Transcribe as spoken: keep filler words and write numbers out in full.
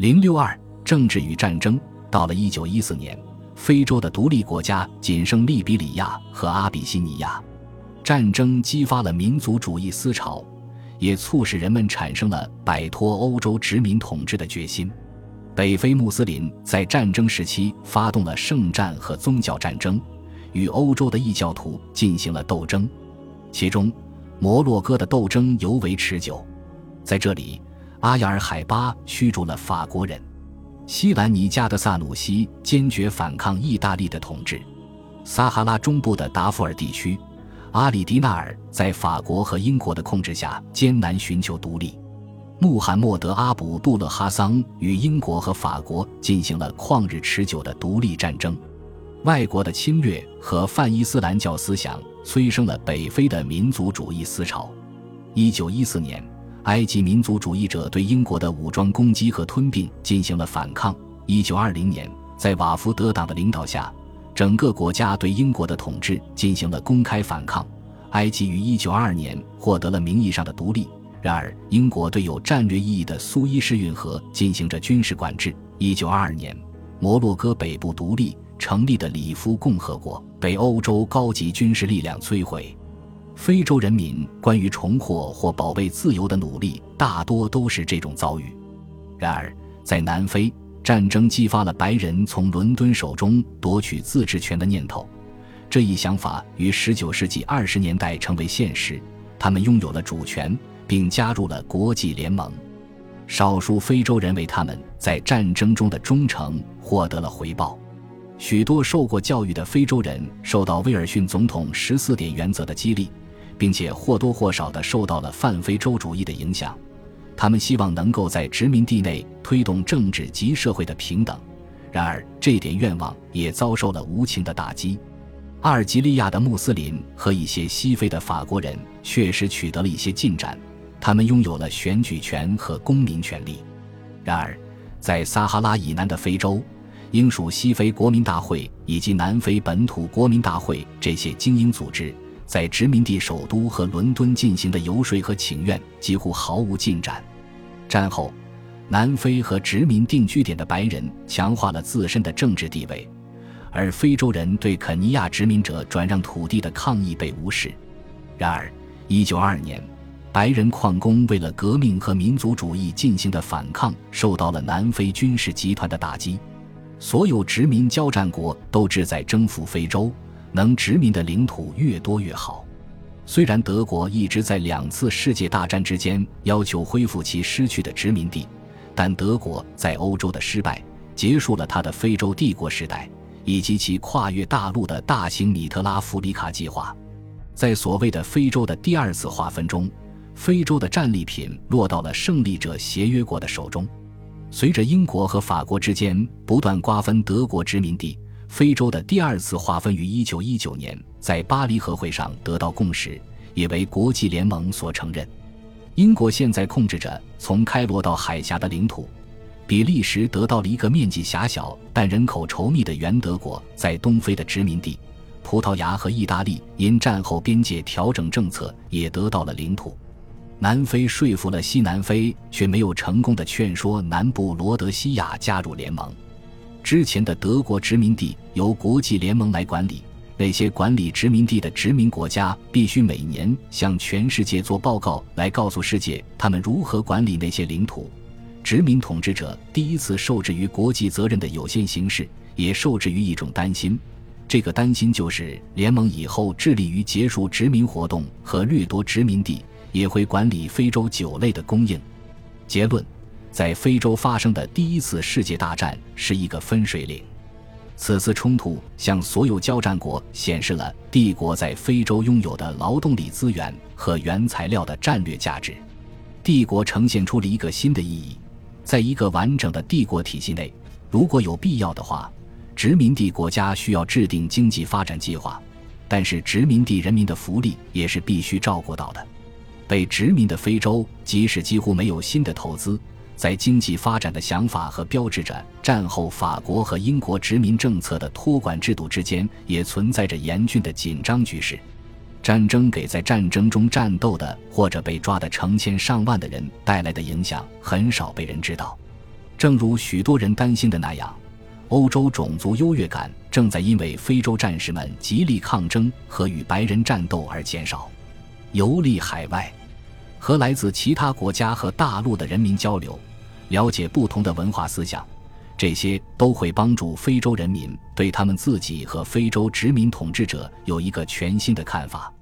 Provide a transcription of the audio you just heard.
零六二政治与战争。到了一九一四年，非洲的独立国家仅剩利比里亚和阿比西尼亚。战争激发了民族主义思潮，也促使人们产生了摆脱欧洲殖民统治的决心。北非穆斯林在战争时期发动了圣战和宗教战争，与欧洲的异教徒进行了斗争，其中摩洛哥的斗争尤为持久。在这里，阿亚尔海巴驱逐了法国人，西兰尼加的萨努西坚决反抗意大利的统治。撒哈拉中部的达富尔地区，阿里迪纳尔在法国和英国的控制下艰难寻求独立。穆罕默德·阿卜杜勒哈桑与英国和法国进行了旷日持久的独立战争。外国的侵略和泛伊斯兰教思想催生了北非的民族主义思潮。一九一四年，埃及民族主义者对英国的武装攻击和吞并进行了反抗。一九二零年，在瓦福德党的领导下，整个国家对英国的统治进行了公开反抗。埃及于一九二二年获得了名义上的独立，然而英国对有战略意义的苏伊士运河进行着军事管制。一九二二年，摩洛哥北部独立成立的里夫共和国被欧洲高级军事力量摧毁。非洲人民关于重获或保卫自由的努力大多都是这种遭遇。然而在南非，战争激发了白人从伦敦手中夺取自治权的念头，这一想法于十九世纪二十年代成为现实，他们拥有了主权并加入了国际联盟。少数非洲人为他们在战争中的忠诚获得了回报。许多受过教育的非洲人受到威尔逊总统十四点原则的激励，并且或多或少地受到了泛非洲主义的影响。他们希望能够在殖民地内推动政治及社会的平等，然而这点愿望也遭受了无情的打击。阿尔及利亚的穆斯林和一些西非的法国人确实取得了一些进展，他们拥有了选举权和公民权利。然而在撒哈拉以南的非洲，英属西非国民大会以及南非本土国民大会这些精英组织在殖民地首都和伦敦进行的游说和请愿几乎毫无进展。战后，南非和殖民定居点的白人强化了自身的政治地位，而非洲人对肯尼亚殖民者转让土地的抗议被无视。然而一九二二年，白人矿工为了革命和民族主义进行的反抗受到了南非军事集团的打击。所有殖民交战国都志在征服非洲，能殖民的领土越多越好。虽然德国一直在两次世界大战之间要求恢复其失去的殖民地，但德国在欧洲的失败结束了它的非洲帝国时代，以及其跨越大陆的大型米特拉弗里卡计划。在所谓的非洲的第二次划分中，非洲的战利品落到了胜利者协约国的手中。随着英国和法国之间不断瓜分德国殖民地，非洲的第二次划分于一九一九年在巴黎和会上得到共识，也为国际联盟所承认。英国现在控制着从开罗到海峡的领土，比利时得到了一个面积狭小但人口稠密的原德国在东非的殖民地，葡萄牙和意大利因战后边界调整政策也得到了领土。南非说服了西南非，却没有成功地劝说南部罗德西亚加入联盟。之前的德国殖民地由国际联盟来管理，那些管理殖民地的殖民国家必须每年向全世界做报告，来告诉世界他们如何管理那些领土。殖民统治者第一次受制于国际责任的有限形式，也受制于一种担心，这个担心就是联盟以后致力于结束殖民活动和掠夺殖民地，也会管理非洲酒类的供应。结论，在非洲发生的第一次世界大战是一个分水岭。此次冲突向所有交战国显示了帝国在非洲拥有的劳动力资源和原材料的战略价值。帝国呈现出了一个新的意义，在一个完整的帝国体系内，如果有必要的话，殖民地国家需要制定经济发展计划，但是殖民地人民的福利也是必须照顾到的。被殖民的非洲即使几乎没有新的投资，在经济发展的想法和标志着战后法国和英国殖民政策的托管制度之间也存在着严峻的紧张局势。战争给在战争中战斗的或者被抓的成千上万的人带来的影响很少被人知道。 正如许多人担心的那样，欧洲种族优越感正在因为非洲战士们极力抗争和与白人战斗而减少。游历海外，和来自其他国家和大陆的人民交流，了解不同的文化思想，这些都会帮助非洲人民对他们自己和非洲殖民统治者有一个全新的看法。